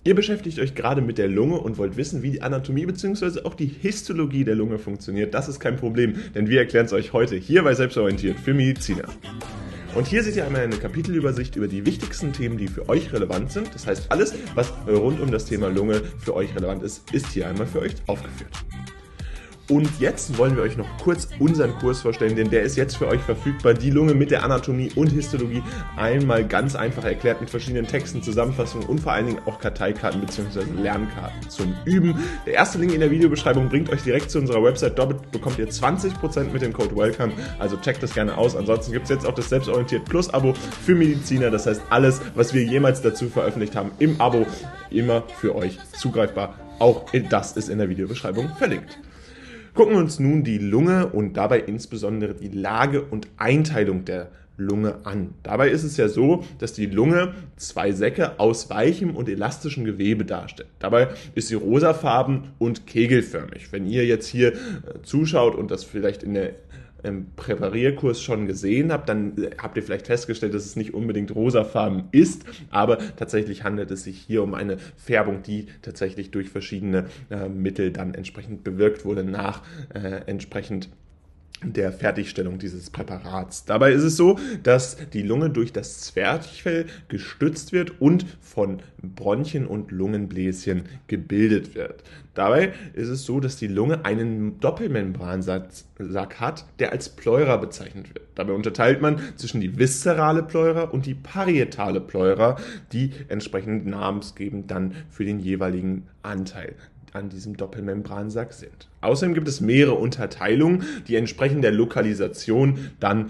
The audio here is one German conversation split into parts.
Ihr beschäftigt euch gerade mit der Lunge und wollt wissen, wie die Anatomie bzw. auch die Histologie der Lunge funktioniert. Das ist kein Problem, denn wir erklären es euch heute hier bei Selbstorientiert für Mediziner. Und hier seht ihr einmal eine Kapitelübersicht über die wichtigsten Themen, die für euch relevant sind. Das heißt, alles, was rund um das Thema Lunge für euch relevant ist, ist hier einmal für euch aufgeführt. Und jetzt wollen wir euch noch kurz unseren Kurs vorstellen, denn der ist jetzt für euch verfügbar. Die Lunge mit der Anatomie und Histologie einmal ganz einfach erklärt mit verschiedenen Texten, Zusammenfassungen und vor allen Dingen auch Karteikarten bzw. Lernkarten zum Üben. Der erste Link in der Videobeschreibung bringt euch direkt zu unserer Website. Dort bekommt ihr 20% mit dem Code WELCOME, also checkt das gerne aus. Ansonsten gibt es jetzt auch das Selbstorientiert Plus Abo für Mediziner. Das heißt, alles, was wir jemals dazu veröffentlicht haben, im Abo immer für euch zugreifbar. Auch das ist in der Videobeschreibung verlinkt. Gucken wir uns nun die Lunge und dabei insbesondere die Lage und Einteilung der Lunge an. Dabei ist es ja so, dass die Lunge zwei Säcke aus weichem und elastischem Gewebe darstellt. Dabei ist sie rosafarben und kegelförmig. Wenn ihr jetzt hier zuschaut und das vielleicht im Präparierkurs schon gesehen habt, dann habt ihr vielleicht festgestellt, dass es nicht unbedingt rosafarben ist, aber tatsächlich handelt es sich hier um eine Färbung, die tatsächlich durch verschiedene Mittel dann entsprechend bewirkt wurde nach entsprechend der Fertigstellung dieses Präparats. Dabei ist es so, dass die Lunge durch das Zwerchfell gestützt wird und von Bronchien und Lungenbläschen gebildet wird. Dabei ist es so, dass die Lunge einen Doppelmembransack hat, der als Pleura bezeichnet wird. Dabei unterteilt man zwischen die viszerale Pleura und die parietale Pleura, die entsprechend namensgebend dann für den jeweiligen Anteil an diesem Doppelmembransack sind. Außerdem gibt es mehrere Unterteilungen, die entsprechend der Lokalisation dann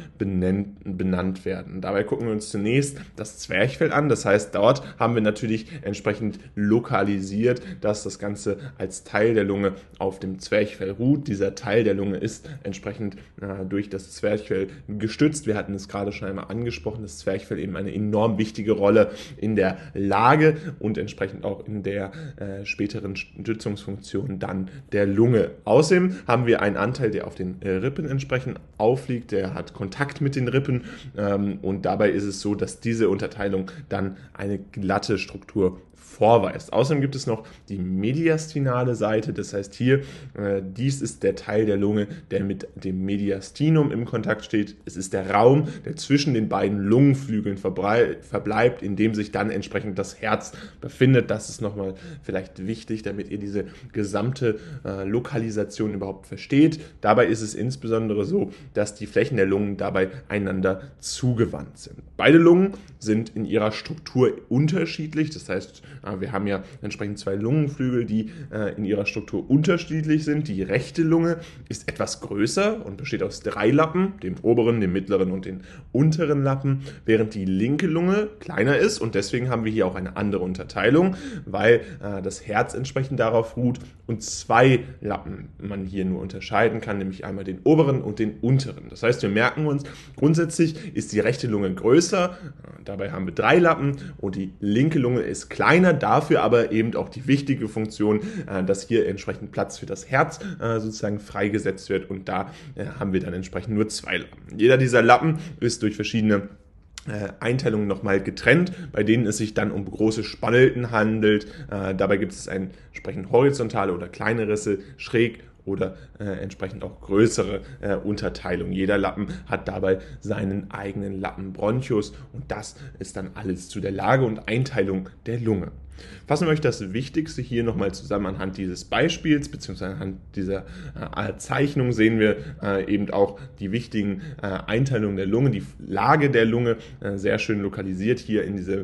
benannt werden. Dabei gucken wir uns zunächst das Zwerchfell an. Das heißt, dort haben wir natürlich entsprechend lokalisiert, dass das Ganze als Teil der Lunge auf dem Zwerchfell ruht. Dieser Teil der Lunge ist entsprechend durch das Zwerchfell gestützt. Wir hatten es gerade schon einmal angesprochen, das Zwerchfell eben eine enorm wichtige Rolle in der Lage und entsprechend auch in der späteren Stützungsfunktion dann der Lunge. Außerdem haben wir einen Anteil, der auf den Rippen entsprechend aufliegt, der hat Kontakt mit den Rippen und dabei ist es so, dass diese Unterteilung dann eine glatte Struktur vorweist. Außerdem gibt es noch die mediastinale Seite, das heißt hier, dies ist der Teil der Lunge, der mit dem Mediastinum im Kontakt steht. Es ist der Raum, der zwischen den beiden Lungenflügeln verbleibt, in dem sich dann entsprechend das Herz befindet. Das ist nochmal vielleicht wichtig, damit ihr diese gesamte Lokalisation überhaupt versteht. Dabei ist es insbesondere so, dass die Flächen der Lungen dabei einander zugewandt sind. Beide Lungen sind in ihrer Struktur unterschiedlich, das heißt, wir haben ja entsprechend zwei Lungenflügel, die in ihrer Struktur unterschiedlich sind. Die rechte Lunge ist etwas größer und besteht aus 3 Lappen, dem oberen, dem mittleren und den unteren Lappen, während die linke Lunge kleiner ist und deswegen haben wir hier auch eine andere Unterteilung, weil das Herz entsprechend darauf ruht und 2 Lappen man hier nur unterscheiden kann, nämlich einmal den oberen und den unteren. Das heißt, wir merken uns, grundsätzlich ist die rechte Lunge größer, dabei haben wir 3 Lappen und die linke Lunge ist kleiner, dafür aber eben auch die wichtige Funktion, dass hier entsprechend Platz für das Herz sozusagen freigesetzt wird und da haben wir dann entsprechend nur 2 Lappen. Jeder dieser Lappen ist durch verschiedene Einteilungen nochmal getrennt, bei denen es sich dann um große Spalten handelt. Dabei gibt es entsprechend horizontale oder kleine Risse, schräg oder entsprechend auch größere Unterteilung. Jeder Lappen hat dabei seinen eigenen Lappenbronchus und das ist dann alles zu der Lage und Einteilung der Lunge. Fassen wir euch das Wichtigste hier nochmal zusammen anhand dieses Beispiels bzw. anhand dieser Zeichnung sehen wir eben auch die wichtigen Einteilungen der Lunge, die Lage der Lunge sehr schön lokalisiert hier in diese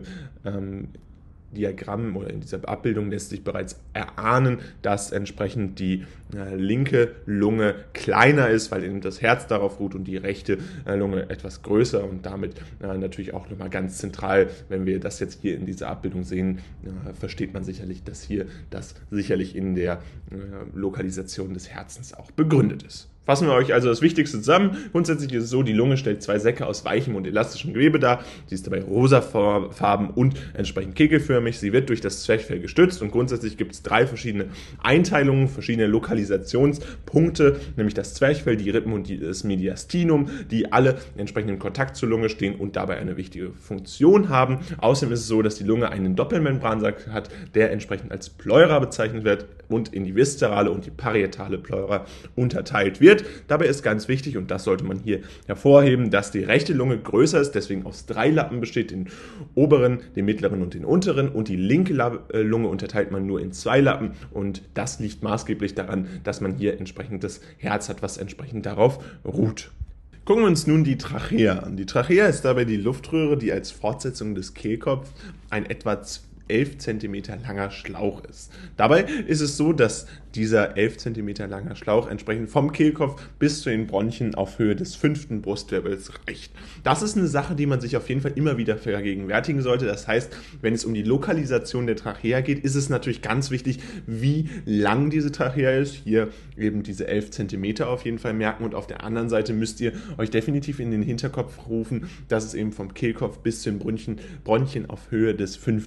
Diagramm oder in dieser Abbildung lässt sich bereits erahnen, dass entsprechend die linke Lunge kleiner ist, weil eben das Herz darauf ruht und die rechte Lunge etwas größer und damit natürlich auch nochmal ganz zentral, wenn wir das jetzt hier in dieser Abbildung sehen, versteht man sicherlich, dass hier das sicherlich in der Lokalisation des Herzens auch begründet ist. Fassen wir euch also das Wichtigste zusammen. Grundsätzlich ist es so, die Lunge stellt zwei Säcke aus weichem und elastischem Gewebe dar. Sie ist dabei rosafarben und entsprechend kegelförmig. Sie wird durch das Zwerchfell gestützt und grundsätzlich gibt es 3 verschiedene Einteilungen, verschiedene Lokalisationspunkte, nämlich das Zwerchfell, die Rippen und das Mediastinum, die alle entsprechend in Kontakt zur Lunge stehen und dabei eine wichtige Funktion haben. Außerdem ist es so, dass die Lunge einen Doppelmembransack hat, der entsprechend als Pleura bezeichnet wird und in die viszerale und die parietale Pleura unterteilt wird. Dabei ist ganz wichtig, und das sollte man hier hervorheben, dass die rechte Lunge größer ist, deswegen aus 3 Lappen besteht, den oberen, den mittleren und den unteren, und die linke Lunge unterteilt man nur in 2 Lappen, und das liegt maßgeblich daran, dass man hier entsprechend das Herz hat, was entsprechend darauf ruht. Gucken wir uns nun die Trachea an. Die Trachea ist dabei die Luftröhre, die als Fortsetzung des Kehlkopfs ein etwa 11 cm langer Schlauch ist. Dabei ist es so, dass dieser 11 cm langer Schlauch entsprechend vom Kehlkopf bis zu den Bronchien auf Höhe des 5. Brustwirbels reicht. Das ist eine Sache, die man sich auf jeden Fall immer wieder vergegenwärtigen sollte. Das heißt, wenn es um die Lokalisation der Trachea geht, ist es natürlich ganz wichtig, wie lang diese Trachea ist. Hier eben diese 11 cm auf jeden Fall merken, und auf der anderen Seite müsst ihr euch definitiv in den Hinterkopf rufen, dass es eben vom Kehlkopf bis zu den Bronchien auf Höhe des 5.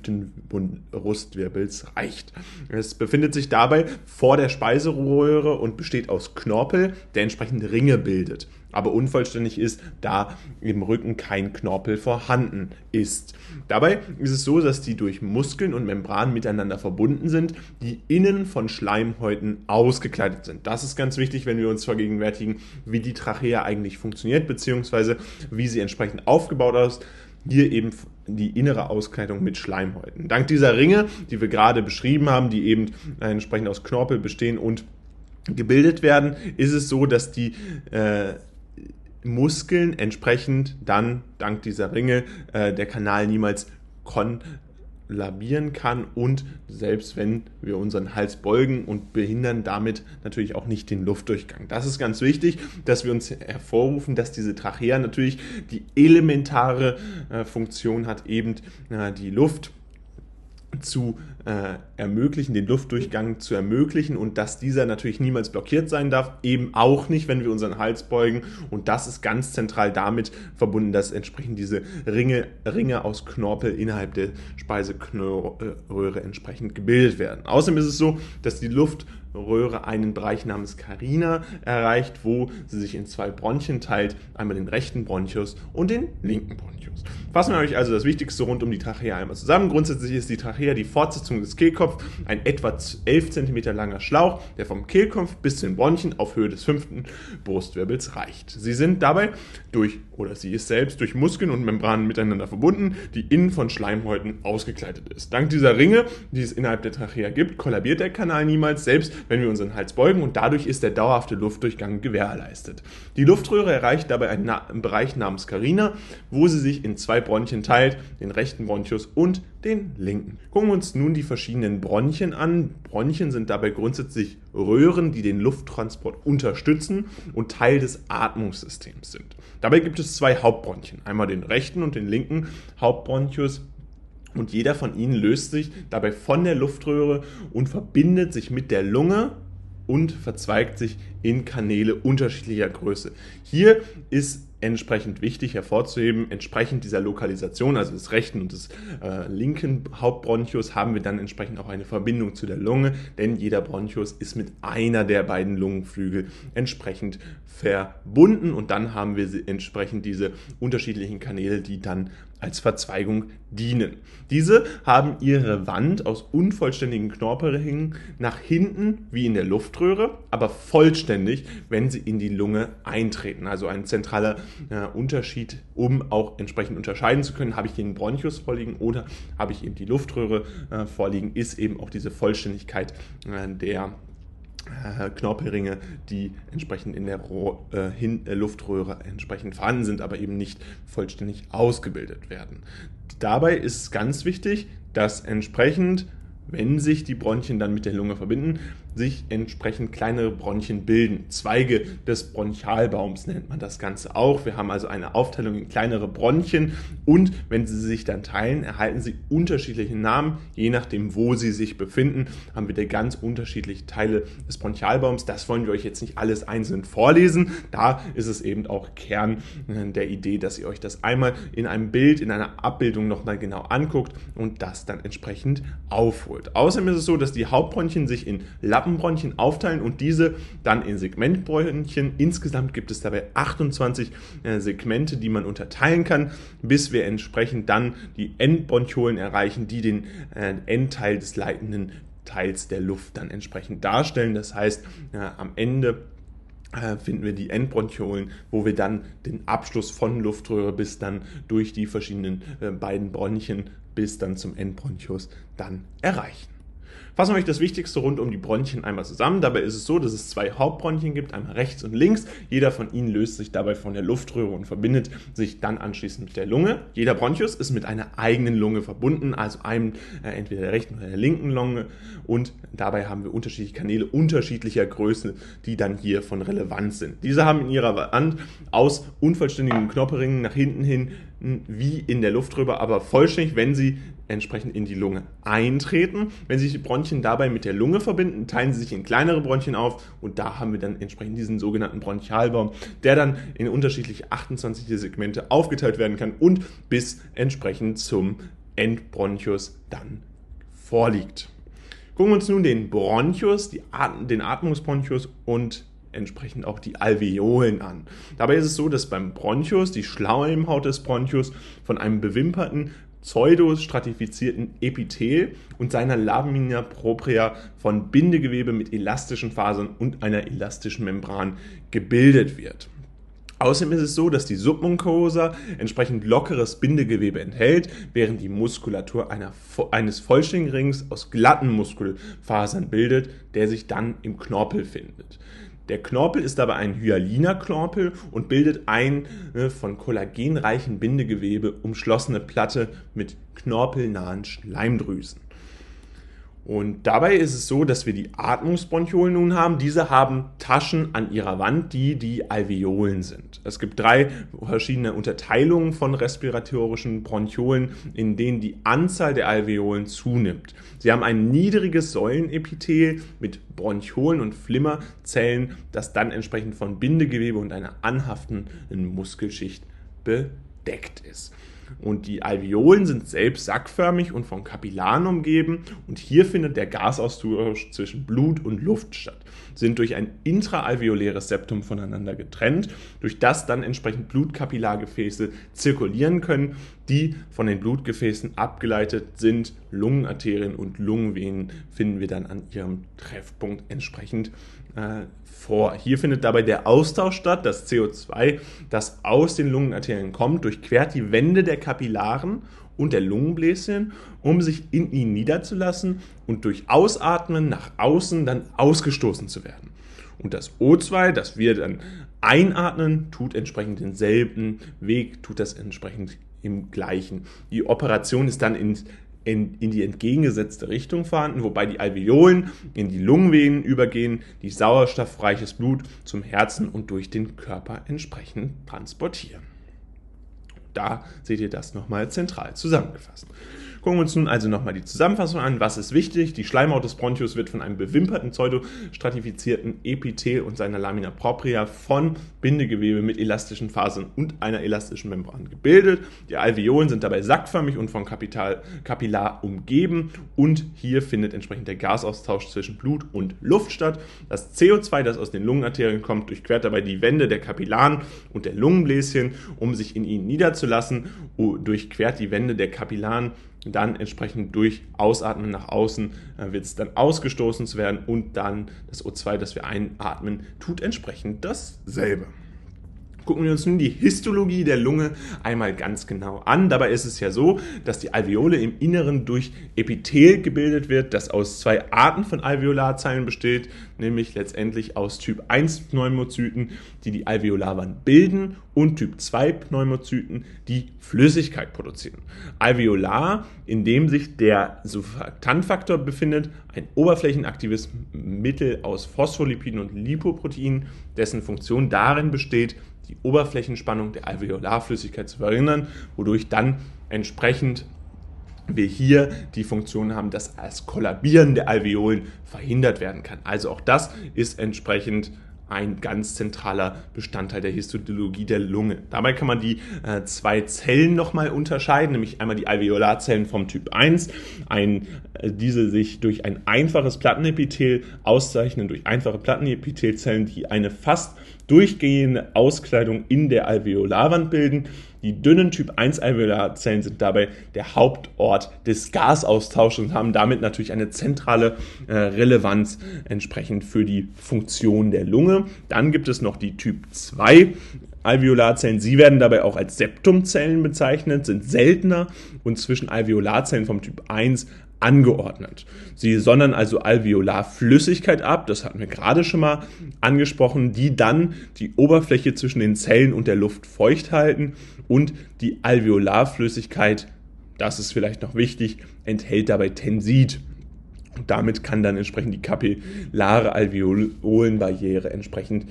Brustwirbels reicht. Es befindet sich dabei vor der Speiseröhre und besteht aus Knorpel, der entsprechend Ringe bildet, aber unvollständig ist, da im Rücken kein Knorpel vorhanden ist. Dabei ist es so, dass die durch Muskeln und Membranen miteinander verbunden sind, die innen von Schleimhäuten ausgekleidet sind. Das ist ganz wichtig, wenn wir uns vergegenwärtigen, wie die Trachea eigentlich funktioniert, beziehungsweise wie sie entsprechend aufgebaut ist. Hier eben die innere Auskleidung mit Schleimhäuten. Dank dieser Ringe, die wir gerade beschrieben haben, die eben entsprechend aus Knorpel bestehen und gebildet werden, ist es so, dass die Muskeln entsprechend dann, dank dieser Ringe, der Kanal niemals kollabieren kann, und selbst wenn wir unseren Hals beugen und behindern damit natürlich auch nicht den Luftdurchgang. Das ist ganz wichtig, dass wir uns hervorrufen, dass diese Trachea natürlich die elementare Funktion hat, eben die Luft zu ermöglichen, den Luftdurchgang zu ermöglichen, und dass dieser natürlich niemals blockiert sein darf, eben auch nicht, wenn wir unseren Hals beugen, und das ist ganz zentral damit verbunden, dass entsprechend diese Ringe aus Knorpel innerhalb der Speiseröhre entsprechend gebildet werden. Außerdem ist es so, dass die Luftröhre einen Bereich namens Carina erreicht, wo sie sich in 2 Bronchien teilt, einmal den rechten Bronchus und den linken Bronchus. Fassen wir euch also das Wichtigste rund um die Trachea einmal zusammen. Grundsätzlich ist die Trachea die Fortsetzung des Kehlkopfs, ein etwa 11 cm langer Schlauch, der vom Kehlkopf bis zu den Bronchien auf Höhe des 5. Brustwirbels reicht. Sie ist selbst durch Muskeln und Membranen miteinander verbunden, die innen von Schleimhäuten ausgekleidet ist. Dank dieser Ringe, die es innerhalb der Trachea gibt, kollabiert der Kanal niemals, selbst wenn wir unseren Hals beugen, und dadurch ist der dauerhafte Luftdurchgang gewährleistet. Die Luftröhre erreicht dabei einen Bereich namens Carina, wo sie sich in 2 Bronchien teilt, den rechten Bronchus und den linken. Gucken wir uns nun die verschiedenen Bronchien an. Bronchien sind dabei grundsätzlich Röhren, die den Lufttransport unterstützen und Teil des Atmungssystems sind. Dabei gibt es 2 Hauptbronchien, einmal den rechten und den linken Hauptbronchus, und jeder von ihnen löst sich dabei von der Luftröhre und verbindet sich mit der Lunge und verzweigt sich in Kanäle unterschiedlicher Größe. Hier ist entsprechend wichtig hervorzuheben, entsprechend dieser Lokalisation, also des rechten und des linken Hauptbronchus, haben wir dann entsprechend auch eine Verbindung zu der Lunge, denn jeder Bronchus ist mit einer der beiden Lungenflügel entsprechend verbunden, und dann haben wir entsprechend diese unterschiedlichen Kanäle, die dann als Verzweigung dienen. Diese haben ihre Wand aus unvollständigen Knorpelringen nach hinten wie in der Luftröhre, aber vollständig, wenn sie in die Lunge eintreten. Also ein zentraler Unterschied, um auch entsprechend unterscheiden zu können, habe ich den Bronchus vorliegen oder habe ich eben die Luftröhre vorliegen, ist eben auch diese Vollständigkeit der Knorpelringe, die entsprechend in der Luftröhre entsprechend vorhanden sind, aber eben nicht vollständig ausgebildet werden. Dabei ist es ganz wichtig, dass entsprechend, wenn sich die Bronchien dann mit der Lunge verbinden, sich entsprechend kleinere Bronchien bilden. Zweige des Bronchialbaums nennt man das Ganze auch. Wir haben also eine Aufteilung in kleinere Bronchien und wenn sie sich dann teilen, erhalten sie unterschiedliche Namen. Je nachdem, wo sie sich befinden, haben wir da ganz unterschiedliche Teile des Bronchialbaums. Das wollen wir euch jetzt nicht alles einzeln vorlesen. Da ist es eben auch Kern der Idee, dass ihr euch das einmal in einem Bild, in einer Abbildung nochmal genau anguckt und das dann entsprechend aufholt. Außerdem ist es so, dass die Hauptbronchien sich in Lappenbronchien aufteilen und diese dann in Segmentbronchien. Insgesamt gibt es dabei 28 Segmente, die man unterteilen kann, bis wir entsprechend dann die Endbronchiolen erreichen, die den Endteil des leitenden Teils der Luft dann entsprechend darstellen. Das heißt, am Ende finden wir die Endbronchiolen, wo wir dann den Abschluss von Luftröhre bis dann durch die verschiedenen beiden Bronchien bis dann zum Endbronchus dann erreichen. Fassen wir euch das Wichtigste rund um die Bronchien einmal zusammen. Dabei ist es so, dass es zwei Hauptbronchien gibt, einmal rechts und links. Jeder von ihnen löst sich dabei von der Luftröhre und verbindet sich dann anschließend mit der Lunge. Jeder Bronchus ist mit einer eigenen Lunge verbunden, also einem entweder der rechten oder der linken Lunge. Und dabei haben wir unterschiedliche Kanäle unterschiedlicher Größe, die dann hier von Relevanz sind. Diese haben in ihrer Wand aus unvollständigen Knopperringen nach hinten hin wie in der Luftröhre, aber vollständig, wenn sie entsprechend in die Lunge eintreten. Wenn sich die Bronchien dabei mit der Lunge verbinden, teilen sie sich in kleinere Bronchien auf und da haben wir dann entsprechend diesen sogenannten Bronchialbaum, der dann in unterschiedliche 28 Segmente aufgeteilt werden kann und bis entsprechend zum Endbronchus dann vorliegt. Gucken wir uns nun den Bronchus, den Atmungsbronchus und entsprechend auch die Alveolen an. Dabei ist es so, dass beim Bronchus die Schleimhaut des Bronchus von einem bewimperten pseudostratifizierten Epithel und seiner Lamina propria von Bindegewebe mit elastischen Fasern und einer elastischen Membran gebildet wird. Außerdem ist es so, dass die Submucosa entsprechend lockeres Bindegewebe enthält, während die Muskulatur eines vollständigen Rings aus glatten Muskelfasern bildet, der sich dann im Knorpel findet. Der Knorpel ist dabei ein hyaliner Knorpel und bildet eine von kollagenreichen Bindegewebe umschlossene Platte mit knorpelnahen Schleimdrüsen. Und dabei ist es so, dass wir die Atmungsbronchiolen nun haben. Diese haben Taschen an ihrer Wand, die Alveolen sind. Es gibt 3 verschiedene Unterteilungen von respiratorischen Bronchiolen, in denen die Anzahl der Alveolen zunimmt. Sie haben ein niedriges Säulenepithel mit Bronchiolen und Flimmerzellen, das dann entsprechend von Bindegewebe und einer anhaftenden Muskelschicht bedeckt ist. Und die Alveolen sind selbst sackförmig und von Kapillaren umgeben und hier findet der Gasaustausch zwischen Blut und Luft statt, sind durch ein intraalveoläres Septum voneinander getrennt, durch das dann entsprechend Blutkapillargefäße zirkulieren können, die von den Blutgefäßen abgeleitet sind. Lungenarterien und Lungenvenen finden wir dann an ihrem Treffpunkt entsprechend vor. Hier findet dabei der Austausch statt. Das CO2, das aus den Lungenarterien kommt, durchquert die Wände der Kapillaren und der Lungenbläschen, um sich in ihnen niederzulassen und durch Ausatmen nach außen dann ausgestoßen zu werden. Und das O2, das wir dann einatmen, tut entsprechend denselben Weg, tut das entsprechend im gleichen. Die Operation ist dann in die entgegengesetzte Richtung vorhanden, wobei die Alveolen in die Lungenvenen übergehen, die sauerstoffreiches Blut zum Herzen und durch den Körper entsprechend transportieren. Da seht ihr das nochmal zentral zusammengefasst. Gucken wir uns nun also nochmal die Zusammenfassung an. Was ist wichtig? Die Schleimhaut des Bronchus wird von einem bewimperten, pseudostratifizierten Epithel und seiner Lamina propria von Bindegewebe mit elastischen Fasern und einer elastischen Membran gebildet. Die Alveolen sind dabei sackförmig und von Kapillar umgeben und hier findet entsprechend der Gasaustausch zwischen Blut und Luft statt. Das CO2, das aus den Lungenarterien kommt, durchquert dabei die Wände der Kapillaren und der Lungenbläschen, um sich in ihnen niederzulassen, durchquert die Wände der Kapillaren, dann entsprechend durch Ausatmen nach außen wird es dann ausgestoßen zu werden und dann das O2, das wir einatmen, tut entsprechend dasselbe. Gucken wir uns nun die Histologie der Lunge einmal ganz genau an. Dabei ist es ja so, dass die Alveole im Inneren durch Epithel gebildet wird, das aus zwei Arten von Alveolarzellen besteht, nämlich letztendlich aus Typ 1 Pneumozyten, die die Alveolarwand bilden, und Typ 2 Pneumozyten, die Flüssigkeit produzieren. Alveolar, in dem sich der Surfaktantfaktor befindet, ein oberflächenaktives Mittel aus Phospholipiden und Lipoproteinen, dessen Funktion darin besteht, die Oberflächenspannung der Alveolarflüssigkeit zu verringern, wodurch dann entsprechend wir hier die Funktion haben, dass das Kollabieren der Alveolen verhindert werden kann. Also auch das ist entsprechend ein ganz zentraler Bestandteil der Histologie der Lunge. Dabei kann man die zwei Zellen nochmal unterscheiden, nämlich einmal die Alveolarzellen vom Typ 1, diese sich durch ein einfaches Plattenepithel auszeichnen, durch einfache Plattenepithelzellen, die eine fast durchgehende Auskleidung in der Alveolarwand bilden. Die dünnen Typ 1 Alveolarzellen sind dabei der Hauptort des Gasaustausches und haben damit natürlich eine zentrale Relevanz entsprechend für die Funktion der Lunge. Dann gibt es noch die Typ 2 Alveolarzellen. Sie werden dabei auch als Septumzellen bezeichnet, sind seltener und zwischen Alveolarzellen vom Typ 1 angeordnet. Sie sondern also Alveolarflüssigkeit ab, das hatten wir gerade schon mal angesprochen, die dann die Oberfläche zwischen den Zellen und der Luft feucht halten, und die Alveolarflüssigkeit, das ist vielleicht noch wichtig, enthält dabei Tensid. Und damit kann dann entsprechend die kapillare Alveolenbarriere entsprechend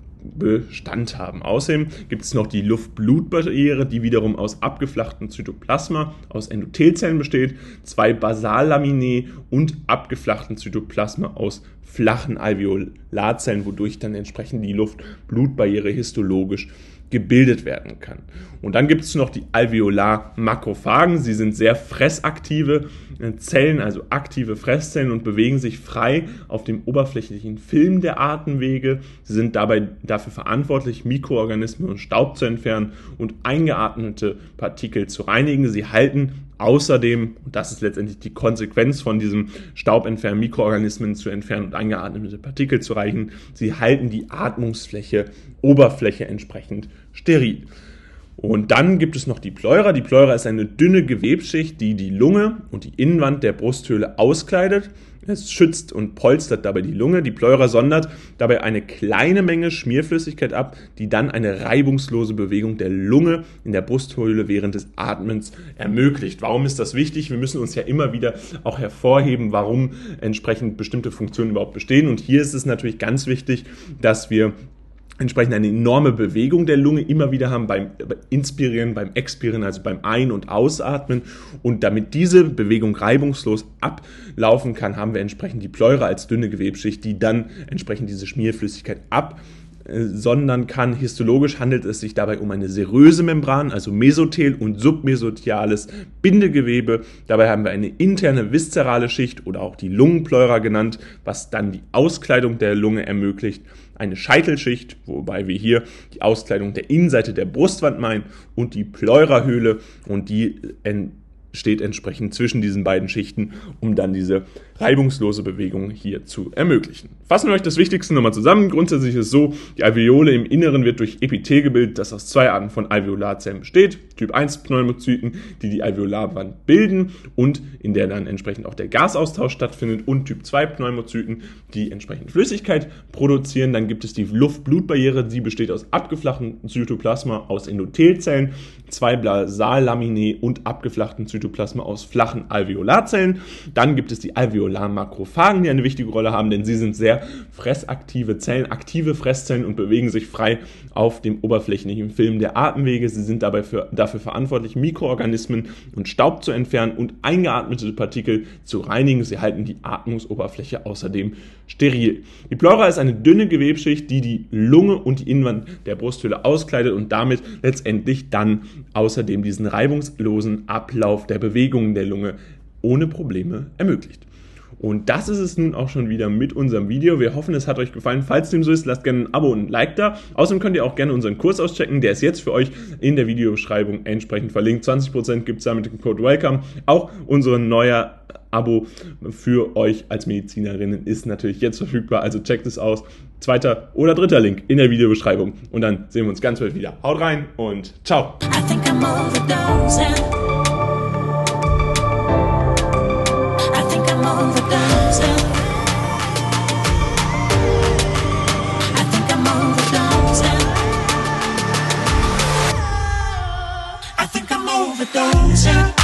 Bestand haben. Außerdem gibt es noch die Luft-Blut-Barriere, die wiederum aus abgeflachtem Zytoplasma aus Endothelzellen besteht, zwei Basallaminae und abgeflachtem Zytoplasma aus flachen Alveolarzellen, wodurch dann entsprechend die Luft-Blut-Barriere histologisch gebildet werden kann. Und dann gibt es noch die Alveolar-Makrophagen. Sie sind sehr fressaktive Zellen, also aktive Fresszellen, und bewegen sich frei auf dem oberflächlichen Film der Atemwege. Sie sind dabei dafür verantwortlich, Mikroorganismen und Staub zu entfernen und eingeatmete Partikel zu reinigen. Sie halten außerdem, und das ist letztendlich die Konsequenz von diesem Staubentfernen, Mikroorganismen zu entfernen und eingeatmete Partikel zu reinigen, sie halten die Oberfläche entsprechend steril. Und dann gibt es noch die Pleura. Die Pleura ist eine dünne Gewebsschicht, die die Lunge und die Innenwand der Brusthöhle auskleidet. Es schützt und polstert dabei die Lunge. Die Pleura sondert dabei eine kleine Menge Schmierflüssigkeit ab, die dann eine reibungslose Bewegung der Lunge in der Brusthöhle während des Atmens ermöglicht. Warum ist das wichtig? Wir müssen uns ja immer wieder auch hervorheben, warum entsprechend bestimmte Funktionen überhaupt bestehen. Und hier ist es natürlich ganz wichtig, dass wir entsprechend eine enorme Bewegung der Lunge immer wieder haben beim Inspirieren, beim Expirieren, also beim Ein- und Ausatmen. Und damit diese Bewegung reibungslos ablaufen kann, haben wir entsprechend die Pleura als dünne Gewebsschicht, die dann entsprechend diese Schmierflüssigkeit absondern kann. Histologisch handelt es sich dabei um eine seröse Membran, also Mesothel und submesotheliales Bindegewebe. Dabei haben wir eine interne viszerale Schicht oder auch die Lungenpleura genannt, was dann die Auskleidung der Lunge ermöglicht. Eine Scheitelschicht, wobei wir hier die Auskleidung der Innenseite der Brustwand meinen, und die Pleurahöhle, und die steht entsprechend zwischen diesen beiden Schichten, um dann diese reibungslose Bewegung hier zu ermöglichen. Fassen wir euch das Wichtigste nochmal zusammen. Grundsätzlich ist es so, die Alveole im Inneren wird durch Epithel gebildet, das aus zwei Arten von Alveolarzellen besteht. Typ 1 Pneumozyten, die die Alveolarwand bilden und in der dann entsprechend auch der Gasaustausch stattfindet, und Typ 2 Pneumozyten, die entsprechend Flüssigkeit produzieren. Dann gibt es die Luft-Blut-Barriere, die besteht aus abgeflachtem Zytoplasma aus Endothelzellen, zwei Basallaminae und abgeflachtem Zytoplasma aus flachen Alveolarzellen. Dann gibt es die Alveolar-Makrophagen, die eine wichtige Rolle haben, denn sie sind sehr fressaktive Zellen, aktive Fresszellen, und bewegen sich frei auf dem oberflächlichen Film der Atemwege. Sie sind dabei dafür verantwortlich, Mikroorganismen und Staub zu entfernen und eingeatmete Partikel zu reinigen. Sie halten die Atmungsoberfläche außerdem steril. Die Pleura ist eine dünne Gewebsschicht, die die Lunge und die Innenwand der Brusthöhle auskleidet und damit letztendlich dann außerdem diesen reibungslosen Ablauf der Bewegungen der Lunge ohne Probleme ermöglicht. Und das ist es nun auch schon wieder mit unserem Video. Wir hoffen, es hat euch gefallen. Falls dem so ist, lasst gerne ein Abo und ein Like da. Außerdem könnt ihr auch gerne unseren Kurs auschecken. Der ist jetzt für euch in der Videobeschreibung entsprechend verlinkt. 20% gibt es da mit dem Code WELCOME. Auch unser neuer Abo für euch als Medizinerinnen ist natürlich jetzt verfügbar, also checkt es aus. 2. oder 3. Link in der Videobeschreibung und dann sehen wir uns ganz bald wieder. Haut rein und ciao! I think I'm overdosing. I think I'm overdosing. I think I'm overdosing. I think I'm overdosing.